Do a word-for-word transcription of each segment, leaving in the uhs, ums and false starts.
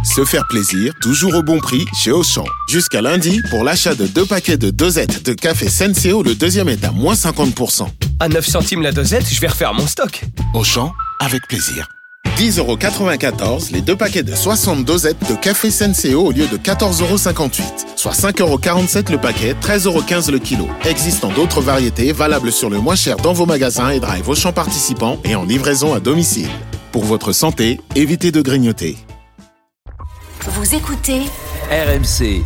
Se faire plaisir, toujours au bon prix chez Auchan. Jusqu'à lundi, pour l'achat de deux paquets de dosettes de café Senseo, le deuxième est à moins cinquante pour cent. À neuf centimes la dosette, je vais refaire mon stock. Auchan, avec plaisir. dix euros quatre-vingt-quatorze les deux paquets de soixante dosettes de café Senseo au lieu de quatorze euros cinquante-huit. Soit cinq euros quarante-sept le paquet, treize euros quinze le kilo. Existant d'autres variétés valables sur le moins cher dans vos magasins et drive Auchan participants et en livraison à domicile. Pour votre santé, évitez de grignoter. Vous écoutez R M C.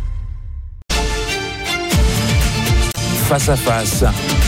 Face à face.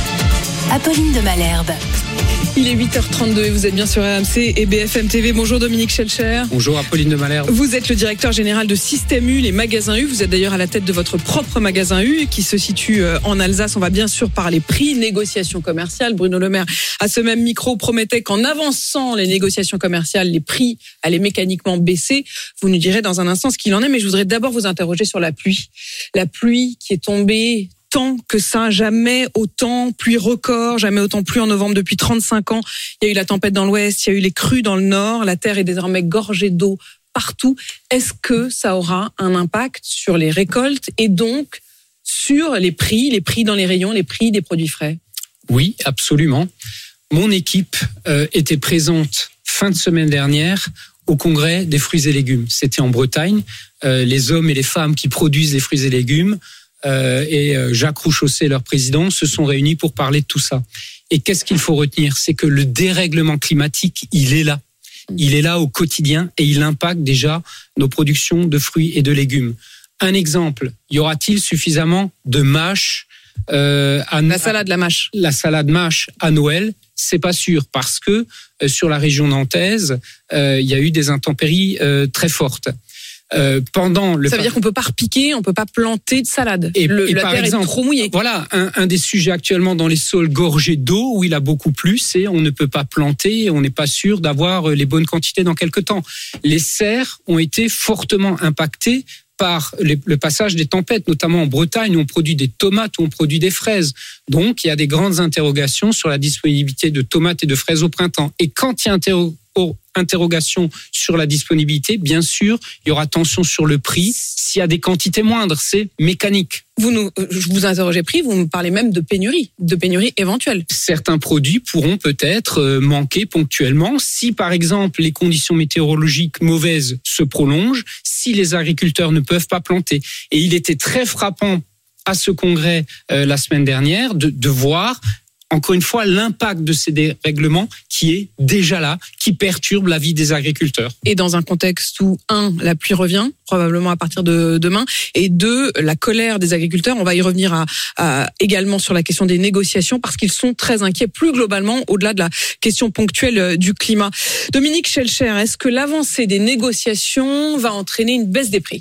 Apolline de Malherbe. Il est huit heures trente-deux et vous êtes bien sur R M C et B F M T V. Bonjour Dominique Schelcher. Bonjour Apolline de Malherbe. Vous êtes le directeur général de Système U, les magasins U. Vous êtes d'ailleurs à la tête de votre propre magasin U qui se situe en Alsace. On va bien sûr parler prix, négociations commerciales. Bruno Le Maire, à ce même micro, promettait qu'en avançant les négociations commerciales, les prix allaient mécaniquement baisser. Vous nous direz dans un instant ce qu'il en est, mais je voudrais d'abord vous interroger sur la pluie. La pluie qui est tombée tant que ça, jamais autant, pluie record, jamais autant pluie en novembre depuis trente-cinq ans. Il y a eu la tempête dans l'ouest, il y a eu les crues dans le nord, la terre est désormais gorgée d'eau partout. Est-ce que ça aura un impact sur les récoltes et donc sur les prix, les prix dans les rayons, les prix des produits frais ? Oui, absolument. Mon équipe euh, était présente fin de semaine dernière au congrès des fruits et légumes. C'était en Bretagne. Euh, les hommes et les femmes qui produisent les fruits et légumes Euh, et Jacques Rouchaussé, leur président, se sont réunis pour parler de tout ça. Et qu'est-ce qu'il faut retenir ? C'est que le dérèglement climatique, il est là. Il est là au quotidien et il impacte déjà nos productions de fruits et de légumes. Un exemple, y aura-t-il suffisamment de mâches euh, à La salade, la mâche. La salade mâche à Noël, c'est pas sûr parce que euh, sur la région nantaise, euh, il y a eu des intempéries euh, très fortes. Euh, pendant le ça veut dire qu'on peut pas repiquer, on peut pas planter de salade. Et, le, et la par terre exemple, est trop mouillée. Voilà, un, un des sujets actuellement dans les sols gorgés d'eau où il a beaucoup plu, c'est on ne peut pas planter, on n'est pas sûr d'avoir les bonnes quantités dans quelques temps. Les serres ont été fortement impactées par les, le passage des tempêtes, notamment en Bretagne où on produit des tomates, où on produit des fraises. Donc il y a des grandes interrogations sur la disponibilité de tomates et de fraises au printemps. Et quand il y a interro- interrogation sur la disponibilité, bien sûr, il y aura tension sur le prix. S'il y a des quantités moindres, c'est mécanique. Vous nous, je vous interrogez prix, vous me parlez même de pénurie, de pénurie éventuelle. Certains produits pourront peut-être manquer ponctuellement si, par exemple, les conditions météorologiques mauvaises se prolongent, si les agriculteurs ne peuvent pas planter. Et il était très frappant à ce congrès euh, la semaine dernière de, de voir encore une fois, l'impact de ces dérèglements qui est déjà là, qui perturbe la vie des agriculteurs. Et dans un contexte où, un, la pluie revient, probablement à partir de demain, et deux, la colère des agriculteurs, on va y revenir à, à, également sur la question des négociations, parce qu'ils sont très inquiets, plus globalement, au-delà de la question ponctuelle du climat. Dominique Schelcher, est-ce que l'avancée des négociations va entraîner une baisse des prix ?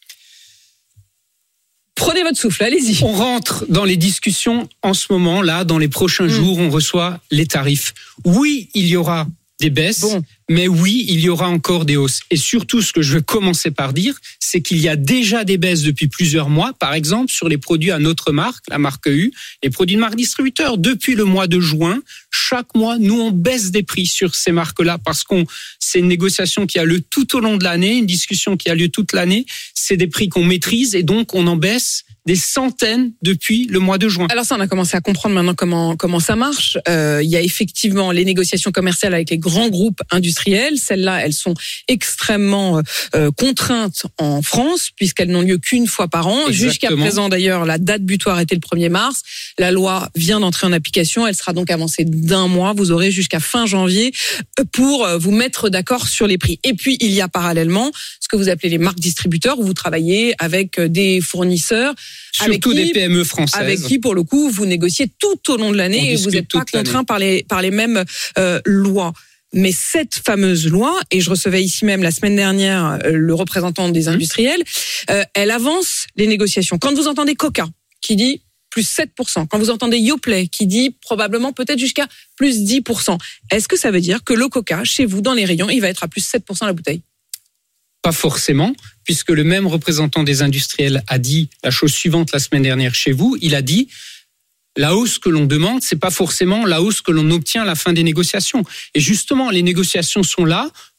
Prenez votre souffle, allez-y. On rentre dans les discussions en ce moment, là, dans les prochains mmh. jours, on reçoit les tarifs. Oui, il y aura des baisses, bon. mais oui, il y aura encore des hausses. Et surtout, ce que je veux commencer par dire, c'est qu'il y a déjà des baisses depuis plusieurs mois, par exemple, sur les produits à notre marque, la marque U, les produits de marque distributeur. Depuis le mois de juin, chaque mois, nous, on baisse des prix sur ces marques-là parce qu'on, c'est une négociation qui a lieu tout au long de l'année, une discussion qui a lieu toute l'année. C'est des prix qu'on maîtrise et donc on en baisse des centaines depuis le mois de juin. Alors ça, on a commencé à comprendre maintenant comment comment ça marche. Euh, il y a effectivement les négociations commerciales avec les grands groupes industriels. Celles-là, elles sont extrêmement euh, contraintes en France puisqu'elles n'ont lieu qu'une fois par an. Exactement. Jusqu'à présent, d'ailleurs, la date butoir était le premier mars. La loi vient d'entrer en application. Elle sera donc avancée d'un mois. Vous aurez jusqu'à fin janvier pour vous mettre d'accord sur les prix. Et puis, il y a parallèlement ce que vous appelez les marques distributeurs où vous travaillez avec des fournisseurs. Surtout qui, des P M E françaises. Avec qui, pour le coup, vous négociez tout au long de l'année et vous n'êtes pas contraint par les, par les mêmes euh, lois. Mais cette fameuse loi, et je recevais ici même la semaine dernière le représentant des industriels, euh, elle avance les négociations. Quand vous entendez Coca qui dit plus sept pour cent, quand vous entendez Yoplait qui dit probablement peut-être jusqu'à plus dix pour cent, est-ce que ça veut dire que le Coca, chez vous, dans les rayons, il va être à plus sept pour cent la bouteille ? Pas forcément, puisque le même représentant des industriels a dit la chose suivante la semaine dernière chez vous. Il a dit la hausse que l'on demande, c'est pas forcément la hausse que l'on obtient à la fin des négociations. Et justement, les négociations sont là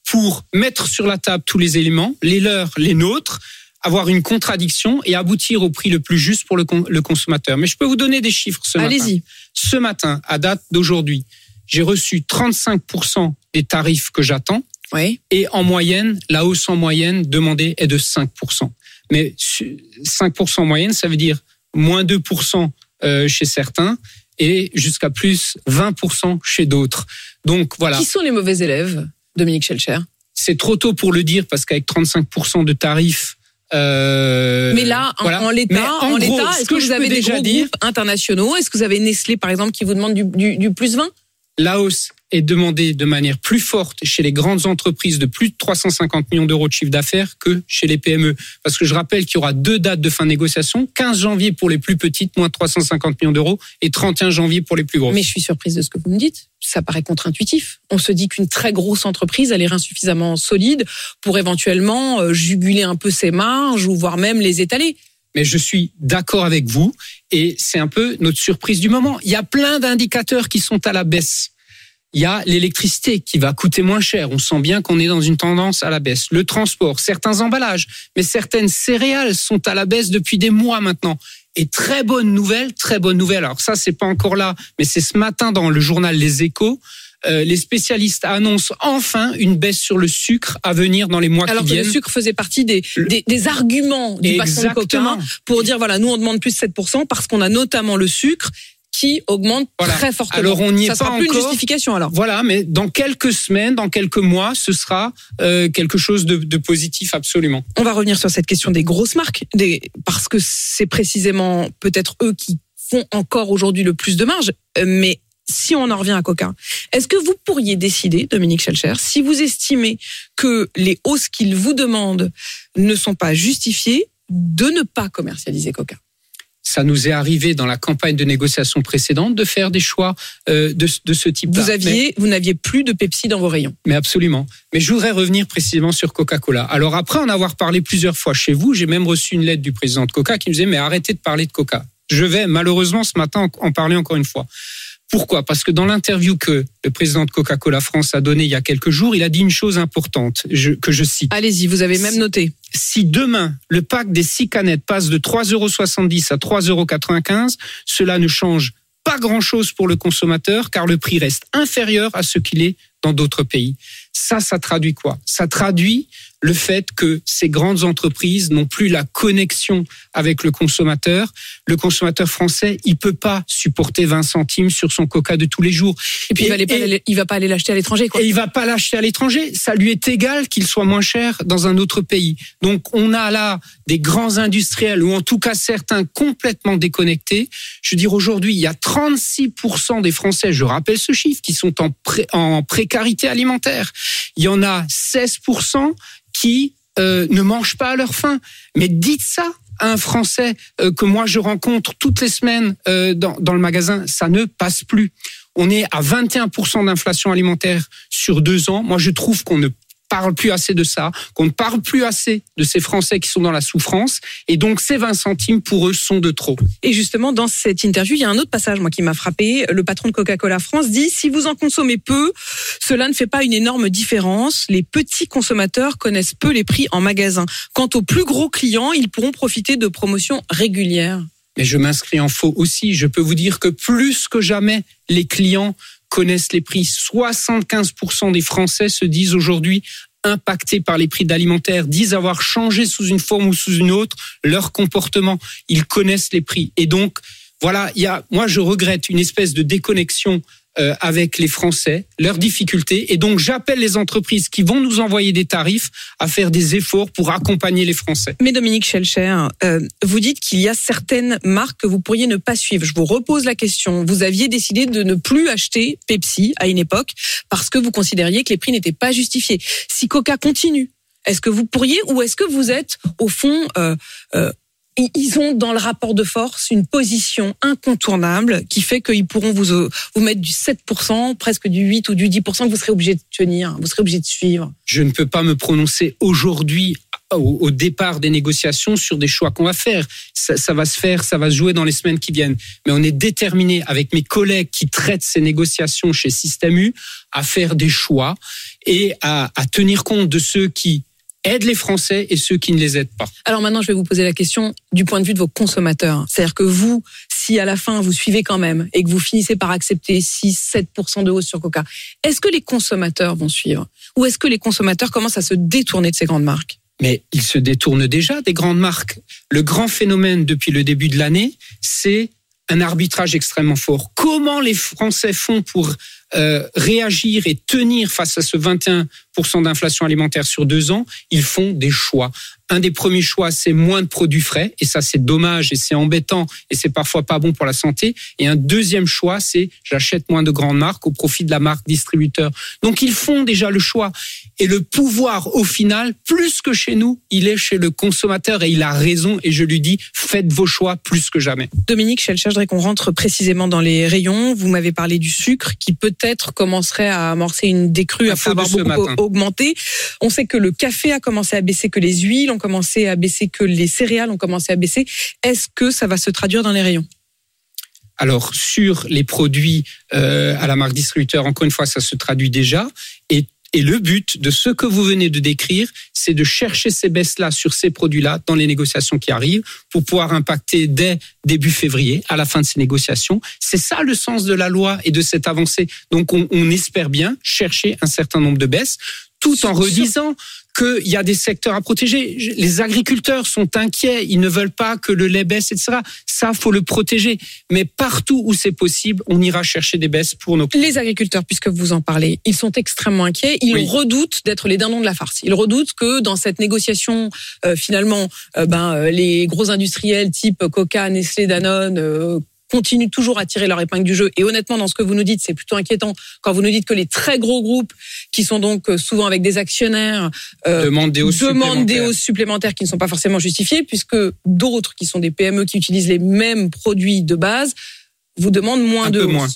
pour mettre sur la table tous les éléments, les leurs, les nôtres, avoir une contradiction et aboutir au prix le plus juste pour le, con- le consommateur. Mais je peux vous donner des chiffres ce matin. Allez-y. Ce matin, à date d'aujourd'hui, j'ai reçu trente-cinq pour cent des tarifs que j'attends. Oui. Et en moyenne, la hausse en moyenne demandée est de cinq pour cent. Mais cinq pour cent en moyenne, ça veut dire moins deux pour cent chez certains et jusqu'à plus vingt pour cent chez d'autres. Donc voilà. Qui sont les mauvais élèves, Dominique Schelcher ? C'est trop tôt pour le dire parce qu'avec trente-cinq pour cent de tarifs. Euh, mais là, en, voilà. en l'état, mais en en gros, l'état est-ce que, que vous avez des gros dire, groupes internationaux ? Est-ce que vous avez Nestlé, par exemple, qui vous demande du, du, du plus vingt ? La hausse est demandée de manière plus forte chez les grandes entreprises de plus de trois cent cinquante millions d'euros de chiffre d'affaires que chez les P M E. Parce que je rappelle qu'il y aura deux dates de fin de négociation, quinze janvier pour les plus petites, moins de trois cent cinquante millions d'euros, et trente et un janvier pour les plus grosses. Mais je suis surprise de ce que vous me dites. Ça paraît contre-intuitif. On se dit qu'une très grosse entreprise a les reins suffisamment solides pour éventuellement juguler un peu ses marges ou voire même les étaler. Mais je suis d'accord avec vous et c'est un peu notre surprise du moment. Il y a plein d'indicateurs qui sont à la baisse. Il y a l'électricité qui va coûter moins cher. On sent bien qu'on est dans une tendance à la baisse. Le transport, certains emballages, mais certaines céréales sont à la baisse depuis des mois maintenant. Et très bonne nouvelle, très bonne nouvelle. Alors ça, c'est pas encore là, mais c'est ce matin dans le journal Les Échos. Euh, les spécialistes annoncent enfin une baisse sur le sucre à venir dans les mois Alors qui viennent. Alors que le sucre faisait partie des, des, des arguments du patron de Coca pour dire, voilà, nous on demande plus de sept pour cent parce qu'on a notamment le sucre qui augmente voilà. très fortement. Alors on n'y est ça pas sera plus encore. Une justification alors. Voilà, mais dans quelques semaines, dans quelques mois, ce sera euh, quelque chose de, de positif absolument. On va revenir sur cette question des grosses marques, des, parce que c'est précisément peut-être eux qui font encore aujourd'hui le plus de marge. Mais si on en revient à Coca, est-ce que vous pourriez décider, Dominique Schelcher, si vous estimez que les hausses qu'ils vous demandent ne sont pas justifiées, de ne pas commercialiser Coca ? Ça nous est arrivé dans la campagne de négociation précédente de faire des choix euh, de, de ce type-là. Vous aviez, mais, vous n'aviez plus de Pepsi dans vos rayons. Mais absolument. Mais je voudrais revenir précisément sur Coca-Cola. Alors après en avoir parlé plusieurs fois chez vous, j'ai même reçu une lettre du président de Coca qui me disait « mais arrêtez de parler de Coca ». Je vais malheureusement ce matin en parler encore une fois. Pourquoi ? Parce que dans l'interview que le président de Coca-Cola France a donnée il y a quelques jours, il a dit une chose importante, je, que je cite. Allez-y, vous avez même noté. Si demain, le pack des six canettes passe de trois euros soixante-dix à trois euros quatre-vingt-quinze, cela ne change pas grand-chose pour le consommateur, car le prix reste inférieur à ce qu'il est dans d'autres pays. Ça, ça traduit quoi ? Ça traduit le fait que ces grandes entreprises n'ont plus la connexion avec le consommateur. Le consommateur français, il peut pas supporter vingt centimes sur son Coca de tous les jours. Et puis, et, il, va pas aller, il va pas aller l'acheter à l'étranger, quoi. Et il va pas l'acheter à l'étranger. Ça lui est égal qu'il soit moins cher dans un autre pays. Donc, on a là des grands industriels, ou en tout cas certains complètement déconnectés. Je veux dire, aujourd'hui, il y a trente-six pour cent des Français, je rappelle ce chiffre, qui sont en, pré, en précarité alimentaire. Il y en a seize pour cent qui euh, ne mangent pas à leur faim. Mais dites ça à un Français euh, que moi je rencontre toutes les semaines euh, dans, dans le magasin, ça ne passe plus. On est à vingt et un pour cent d'inflation alimentaire sur deux ans. Moi je trouve qu'on ne parle plus assez de ça, qu'on ne parle plus assez de ces Français qui sont dans la souffrance, et donc ces vingt centimes pour eux sont de trop. Et justement, dans cette interview, il y a un autre passage moi qui m'a frappé. Le patron de Coca-Cola France dit « Si vous en consommez peu, cela ne fait pas une énorme différence. Les petits consommateurs connaissent peu les prix en magasin. Quant aux plus gros clients, ils pourront profiter de promotions régulières. » Mais je m'inscris en faux aussi. Je peux vous dire que plus que jamais, les clients connaissent les prix. soixante-quinze pour cent des Français se disent aujourd'hui impactés par les prix d'alimentaire, disent avoir changé sous une forme ou sous une autre leur comportement. Ils connaissent les prix. Et donc, voilà, il y a, moi je regrette une espèce de déconnexion euh, avec les Français, leurs difficultés. Et donc, j'appelle les entreprises qui vont nous envoyer des tarifs à faire des efforts pour accompagner les Français. Mais Dominique Schelcher, euh, vous dites qu'il y a certaines marques que vous pourriez ne pas suivre. Je vous repose la question. Vous aviez décidé de ne plus acheter Pepsi à une époque parce que vous considériez que les prix n'étaient pas justifiés. Si Coca continue, est-ce que vous pourriez ou est-ce que vous êtes, au fond... Euh, euh, ils ont dans le rapport de force une position incontournable qui fait qu'ils pourront vous, vous mettre du sept pour cent, presque du huit ou du dix pour cent que vous serez obligé de tenir, vous serez obligé de suivre. Je ne peux pas me prononcer aujourd'hui au, au départ des négociations sur des choix qu'on va faire. Ça, ça va se faire, ça va se jouer dans les semaines qui viennent. Mais on est déterminé avec mes collègues qui traitent ces négociations chez Système U à faire des choix. et à, à tenir compte de ceux qui aident les Français et ceux qui ne les aident pas. Alors maintenant, je vais vous poser la question du point de vue de vos consommateurs. C'est-à-dire que vous, si à la fin vous suivez quand même et que vous finissez par accepter six à sept pour cent de hausse sur Coca, est-ce que les consommateurs vont suivre? Ou est-ce que les consommateurs commencent à se détourner de ces grandes marques? Mais ils se détournent déjà des grandes marques. Le grand phénomène depuis le début de l'année, c'est un arbitrage extrêmement fort. Comment les Français font pour euh, réagir et tenir face à ce vingt et un pour cent d'inflation alimentaire sur deux ans? Ils font des choix. Un des premiers choix, c'est moins de produits frais, et ça c'est dommage et c'est embêtant et c'est parfois pas bon pour la santé. Et un deuxième choix, c'est j'achète moins de grandes marques au profit de la marque distributeur. Donc ils font déjà le choix. Et le pouvoir, au final, plus que chez nous, il est chez le consommateur et il a raison. Et je lui dis, faites vos choix plus que jamais. Dominique Schelcher, je voudrais qu'on rentre précisément dans les rayons. Vous m'avez parlé du sucre qui peut-être commencerait à amorcer une décrue après avoir beaucoup matin. augmenté. On sait que le café a commencé à baisser, que les huiles ont commencé à baisser, que les céréales ont commencé à baisser. Est-ce que ça va se traduire dans les rayons ? Alors, sur les produits euh, à la marque distributeur, encore une fois, ça se traduit déjà. Et Et le but de ce que vous venez de décrire, c'est de chercher ces baisses-là sur ces produits-là dans les négociations qui arrivent pour pouvoir impacter dès début février, à la fin de ces négociations. C'est ça le sens de la loi et de cette avancée. Donc on, on espère bien chercher un certain nombre de baisses, tout en redisant qu'il y a des secteurs à protéger. Les agriculteurs sont inquiets, ils ne veulent pas que le lait baisse, et cetera. Ça, faut le protéger. Mais partout où c'est possible, on ira chercher des baisses pour nos clients. Les agriculteurs, puisque vous en parlez, ils sont extrêmement inquiets. Ils oui. redoutent d'être les dindons de la farce. Ils redoutent que dans cette négociation, euh, finalement, euh, ben euh, les gros industriels type Coca, Nestlé, Danone euh, continuent toujours à tirer leur épingle du jeu. Et honnêtement, dans ce que vous nous dites, c'est plutôt inquiétant quand vous nous dites que les très gros groupes, qui sont donc souvent avec des actionnaires, euh, demandent des hausses demandent des hausses supplémentaires qui ne sont pas forcément justifiées, puisque d'autres, qui sont des P M E qui utilisent les mêmes produits de base, vous demandent moins Un de peu hausse. Moins.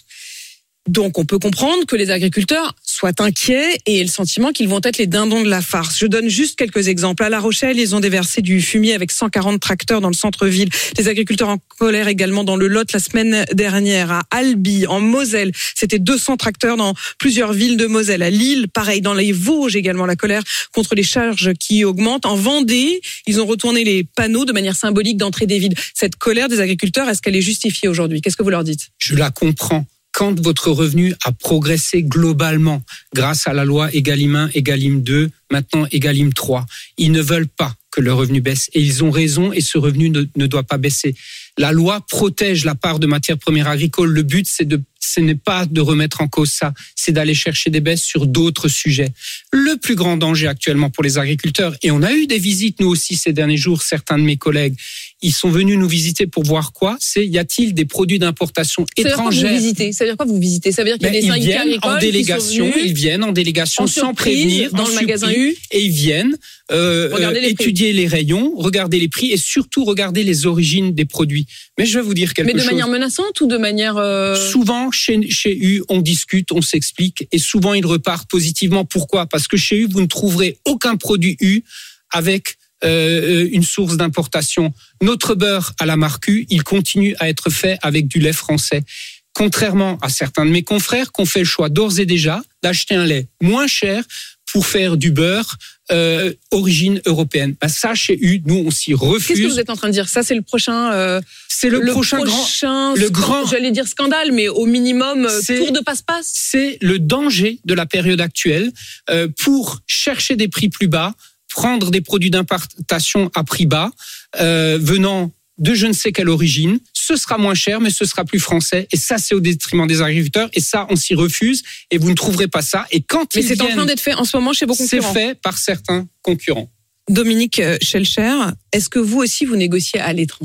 Donc, on peut comprendre que les agriculteurs soient inquiets et aient le sentiment qu'ils vont être les dindons de la farce. Je donne juste quelques exemples. À La Rochelle, ils ont déversé du fumier avec cent quarante tracteurs dans le centre-ville. Les agriculteurs en colère également dans le Lot la semaine dernière. À Albi, en Moselle, c'était deux cents tracteurs dans plusieurs villes de Moselle. À Lille, pareil, dans les Vosges également, la colère contre les charges qui augmentent. En Vendée, ils ont retourné les panneaux de manière symbolique d'entrée des villes. Cette colère des agriculteurs, est-ce qu'elle est justifiée aujourd'hui ? Qu'est-ce que vous leur dites ? Je la comprends. Quand votre revenu a progressé globalement grâce à la loi Egalim un, Egalim deux, maintenant Egalim trois, ils ne veulent pas que le revenu baisse. Et ils ont raison et ce revenu ne, ne doit pas baisser. La loi protège la part de matières premières agricoles. Le but, c'est de, ce n'est pas de remettre en cause ça, c'est d'aller chercher des baisses sur d'autres sujets. Le plus grand danger actuellement pour les agriculteurs, et on a eu des visites nous aussi ces derniers jours, certains de mes collègues, ils sont venus nous visiter pour voir quoi ? C'est, y a-t-il des produits d'importation étrangères ? Ça veut dire quoi vous visitez ? Ça veut dire quoi vous visitez ? Ça veut dire qu'il y a ben, des syndicats agricoles en délégation, qui sont ils viennent en délégation en sans prévenir, dans le magasin U, et ils viennent euh, euh, les étudier les rayons, regarder les prix et surtout regarder les origines des produits. Mais je vais vous dire quelque chose. Mais de chose. manière menaçante ou de manière euh... Souvent chez chez U, on discute, on s'explique et souvent ils repartent positivement. Pourquoi ? Parce que chez U, vous ne trouverez aucun produit U avec Euh, une source d'importation. Notre beurre à la marque U, il continue à être fait avec du lait français. Contrairement à certains de mes confrères qui ont fait le choix d'ores et déjà d'acheter un lait moins cher pour faire du beurre euh, origine européenne. Ben ça, chez U, nous, on s'y refuse. Qu'est-ce que vous êtes en train de dire ? Ça, c'est le prochain... Euh, c'est le, le prochain, prochain grand... Le grand... J'allais dire scandale, mais au minimum, c'est, tour de passe-passe. C'est le danger de la période actuelle euh, pour chercher des prix plus bas, prendre des produits d'importation à prix bas, euh, venant de je ne sais quelle origine. Ce sera moins cher, mais ce sera plus français. Et ça, c'est au détriment des agriculteurs. Et ça, on s'y refuse. Et vous ne trouverez pas ça. Et quand mais ils c'est viennent, en train d'être fait en ce moment chez vos concurrents. C'est fait par certains concurrents. Dominique Schelcher, est-ce que vous aussi, vous négociez à l'étranger ?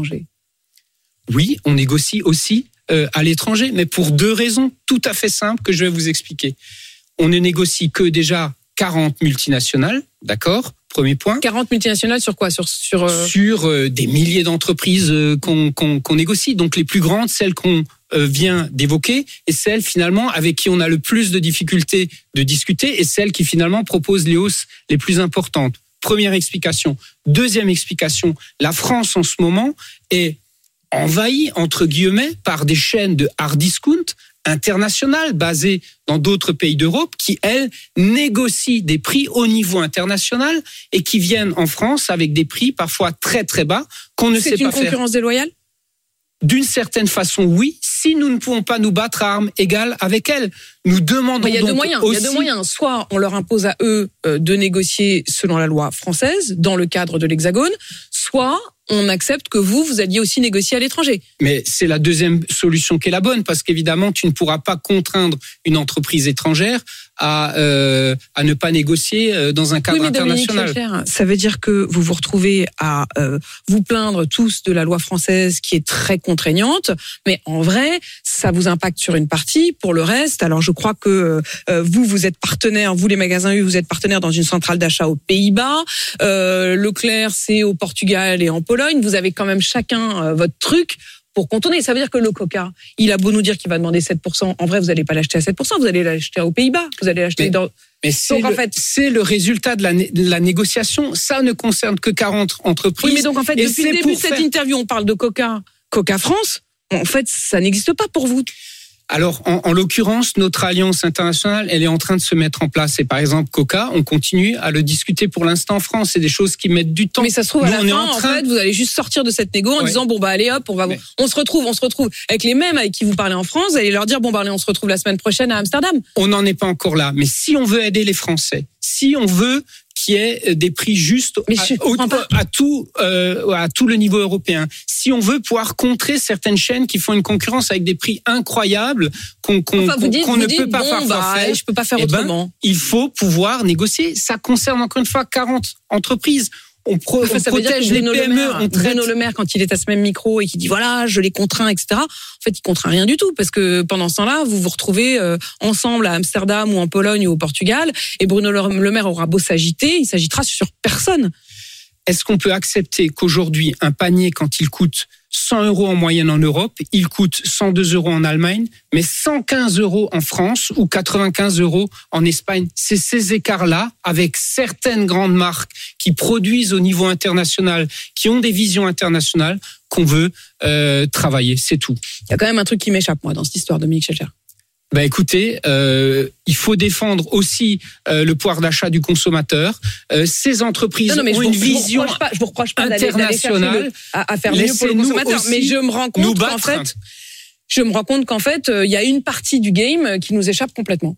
Oui, on négocie aussi euh, à l'étranger, mais pour deux raisons tout à fait simples que je vais vous expliquer. On ne négocie que déjà quarante multinationales, d'accord ? Premier point. quarante multinationales sur quoi ? Sur sur euh... sur euh, des milliers d'entreprises euh, qu'on, qu'on qu'on négocie. Donc les plus grandes, celles qu'on euh, vient d'évoquer, et celles finalement avec qui on a le plus de difficultés de discuter, et celles qui finalement proposent les hausses les plus importantes. Première explication. Deuxième explication. La France en ce moment est envahie entre guillemets par des chaînes de hard discount internationales basées dans d'autres pays d'Europe qui, elles, négocient des prix au niveau international et qui viennent en France avec des prix parfois très très bas qu'on ne sait pas faire. C'est une concurrence déloyale ? D'une certaine façon, oui, si nous ne pouvons pas nous battre à armes égales avec elles. Nous demandons il y a donc deux moyens. aussi... Il y a deux moyens. Soit on leur impose à eux euh, de négocier selon la loi française, dans le cadre de l'Hexagone, soit on accepte que vous, vous alliez aussi négocier à l'étranger. Mais c'est la deuxième solution qui est la bonne, parce qu'évidemment, tu ne pourras pas contraindre une entreprise étrangère à, euh, à ne pas négocier dans un cadre oui, mais international. Dominique, ça veut dire que vous vous retrouvez à euh, vous plaindre tous de la loi française qui est très contraignante, mais en vrai, ça vous impacte sur une partie. Pour le reste, alors je crois que euh, vous, vous êtes partenaire, vous les magasins U, vous êtes partenaire dans une centrale d'achat aux Pays-Bas, euh, Leclerc, c'est au Portugal et en Pologne. Vous avez quand même chacun euh, votre truc pour contourner. Ça veut dire que le Coca, il a beau nous dire qu'il va demander sept pour cent. En vrai, vous n'allez pas l'acheter à sept pour cent, vous allez l'acheter aux Pays-Bas. Vous allez l'acheter mais, dans... Mais c'est, donc, le, en fait, c'est le résultat de la, de la négociation. Ça ne concerne que quarante entreprises. Oui, mais donc en fait, depuis le début de cette faire... interview, on parle de Coca, Coca France. En fait, ça n'existe pas pour vous. Alors, en, en l'occurrence, notre alliance internationale, elle est en train de se mettre en place. Et par exemple, Coca, on continue à le discuter pour l'instant en France. C'est des choses qui mettent du temps. Mais ça se trouve, à Nous, la fin, en, train... en fait, vous allez juste sortir de cette négo en ouais. disant, bon, bah, allez, hop, on va, Mais... on se retrouve, on se retrouve avec les mêmes avec qui vous parlez en France. Vous allez leur dire, bon, bah, allez, on se retrouve la semaine prochaine à Amsterdam. On n'en est pas encore là. Mais si on veut aider les Français, si on veut qu'il y ait des prix justes à, au, à tout euh, à tout le niveau européen. Si on veut pouvoir contrer certaines chaînes qui font une concurrence avec des prix incroyables qu'on, qu'on, enfin, qu'on, dites, qu'on ne dites, peut pas bon, bah, faire, je peux pas faire eh autrement. Ben, il faut pouvoir négocier. Ça concerne encore une fois quarante entreprises. On, pro, enfin, on protège les P M E. On traite... Bruno Le Maire, quand il est à ce même micro et qui dit voilà, je les contrains, et cetera. En fait, il contraint rien du tout parce que pendant ce temps-là, vous vous retrouvez euh, ensemble à Amsterdam ou en Pologne ou au Portugal et Bruno Le Maire aura beau s'agiter, il s'agitera sur personne. Est-ce qu'on peut accepter qu'aujourd'hui, un panier, quand il coûte cent euros en moyenne en Europe, il coûte cent deux euros en Allemagne, mais cent quinze euros en France ou quatre-vingt-quinze euros en Espagne? C'est ces écarts-là, avec certaines grandes marques qui produisent au niveau international, qui ont des visions internationales, qu'on veut euh, travailler. C'est tout. Il y a quand même un truc qui m'échappe, moi, dans cette histoire, Dominique Schelcher. Ben écoutez, euh, il faut défendre aussi euh, le pouvoir d'achat du consommateur. Euh, ces entreprises non, non, ont vous, une je vision vous pas, je vous reproche pas internationale d'aller, d'aller à, à faire mieux pour le consommateur, mais je me rends compte qu'en fait, je me rends compte qu'en fait, il euh, y a une partie du game qui nous échappe complètement.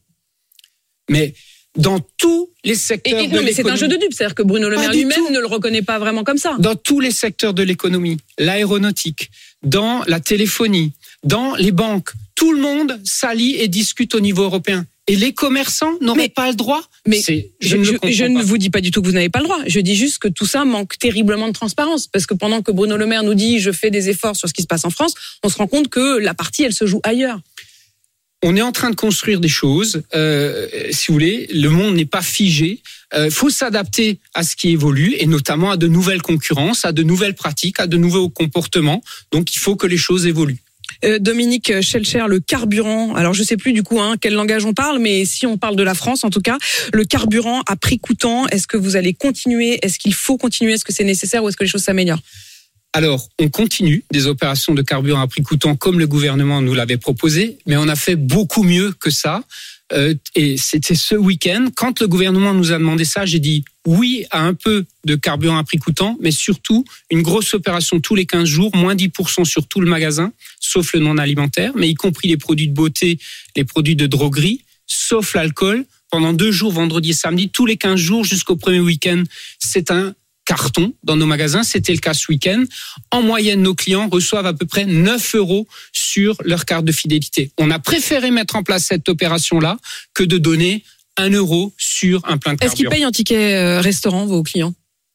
Mais dans tous les secteurs et, et, de non, mais l'économie, c'est un jeu de dupes, c'est-à-dire que Bruno Le Maire lui-même tout. ne le reconnaît pas vraiment comme ça. Dans tous les secteurs de l'économie, l'aéronautique, dans la téléphonie, dans les banques, tout le monde s'allie et discute au niveau européen. Et les commerçants n'auraient mais, pas le droit. Mais c'est, je, je, ne, je, je ne vous dis pas du tout que vous n'avez pas le droit. Je dis juste que tout ça manque terriblement de transparence. Parce que pendant que Bruno Le Maire nous dit je fais des efforts sur ce qui se passe en France, on se rend compte que la partie, elle se joue ailleurs. On est en train de construire des choses. Euh, si vous voulez, le monde n'est pas figé. Il euh, faut s'adapter à ce qui évolue et notamment à de nouvelles concurrences, à de nouvelles pratiques, à de nouveaux comportements. Donc, il faut que les choses évoluent. Euh, Dominique Schelcher, le carburant, alors je sais plus du coup hein, quel langage on parle, mais si on parle de la France en tout cas, le carburant à prix coûtant, est-ce que vous allez continuer? Est-ce qu'il faut continuer? Est-ce que c'est nécessaire ou est-ce que les choses s'améliorent? Alors, on continue des opérations de carburant à prix coûtant comme le gouvernement nous l'avait proposé, mais on a fait beaucoup mieux que ça. Euh, et c'était ce week-end, quand le gouvernement nous a demandé ça, j'ai dit oui à un peu de carburant à prix coûtant, mais surtout une grosse opération tous les quinze jours, moins dix pour cent sur tout le magasin, sauf le non alimentaire, mais y compris les produits de beauté, les produits de droguerie, sauf l'alcool. Pendant deux jours, vendredi et samedi, tous les quinze jours jusqu'au premier week-end, c'est un carton dans nos magasins. C'était le cas ce week-end. En moyenne, nos clients reçoivent à peu près neuf euros sur leur carte de fidélité. On a préféré mettre en place cette opération-là que de donner un euro sur un plein de carburant. Est-ce qu'ils payent en ticket restaurant, vos clients?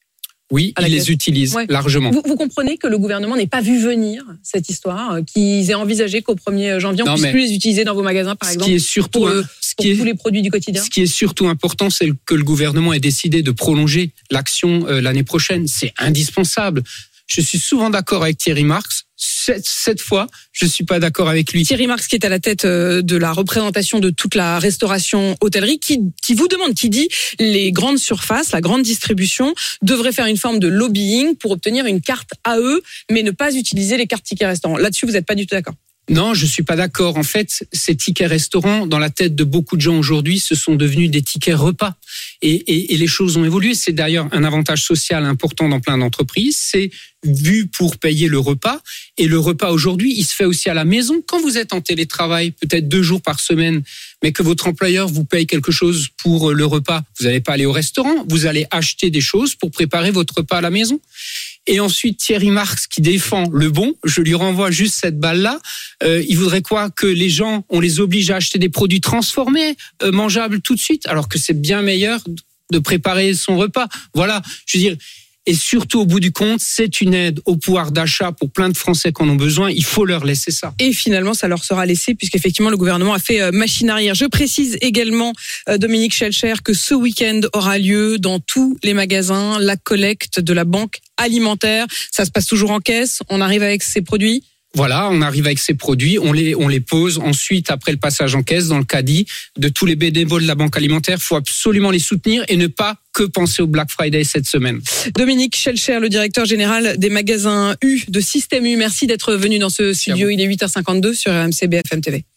Oui, ils les utilisent ouais. largement. Vous, vous comprenez que le gouvernement n'ait pas vu venir cette histoire, qu'ils aient envisagé qu'au premier janvier, on ne puisse plus les utiliser dans vos magasins, par exemple, qui est surtout pour, un, le, ce pour qui tous est, les produits du quotidien. Ce qui est surtout important, c'est que le gouvernement ait décidé de prolonger l'action euh, l'année prochaine. C'est indispensable. Je suis souvent d'accord avec Thierry Marx. Cette, cette fois, je suis pas d'accord avec lui. Thierry Marx, qui est à la tête de la représentation de toute la restauration hôtellerie, qui, qui vous demande, qui dit les grandes surfaces, la grande distribution devraient faire une forme de lobbying pour obtenir une carte A E, mais ne pas utiliser les cartes tickets restaurants. Là-dessus, vous n'êtes pas du tout d'accord? Non, je suis pas d'accord. En fait, ces tickets restaurants, dans la tête de beaucoup de gens aujourd'hui, ce sont devenus des tickets repas. Et, et, et les choses ont évolué. C'est d'ailleurs un avantage social important dans plein d'entreprises. C'est vu pour payer le repas. Et le repas aujourd'hui, il se fait aussi à la maison. Quand vous êtes en télétravail, peut-être deux jours par semaine, mais que votre employeur vous paye quelque chose pour le repas, vous n'allez pas aller au restaurant. Vous allez acheter des choses pour préparer votre repas à la maison. Et ensuite, Thierry Marx qui défend le bon, je lui renvoie juste cette balle-là. Euh, il voudrait quoi? Que les gens, on les oblige à acheter des produits transformés, euh, mangeables tout de suite, alors que c'est bien meilleur de préparer son repas. Voilà, je veux dire... Et surtout, au bout du compte, c'est une aide au pouvoir d'achat pour plein de Français qui en ont besoin. Il faut leur laisser ça. Et finalement, ça leur sera laissé puisqu'effectivement, le gouvernement a fait machine arrière. Je précise également, Dominique Schelcher, que ce week-end aura lieu dans tous les magasins la collecte de la banque alimentaire. Ça se passe toujours en caisse. On arrive avec ces produits. Voilà, on arrive avec ces produits, on les on les pose ensuite après le passage en caisse dans le caddie de tous les bénévoles de la Banque alimentaire. Il faut absolument les soutenir et ne pas que penser au Black Friday cette semaine. Dominique Schelcher, le directeur général des magasins U de Système U, merci d'être venu dans ce studio. Il est huit heures cinquante-deux sur R M C B F M T V.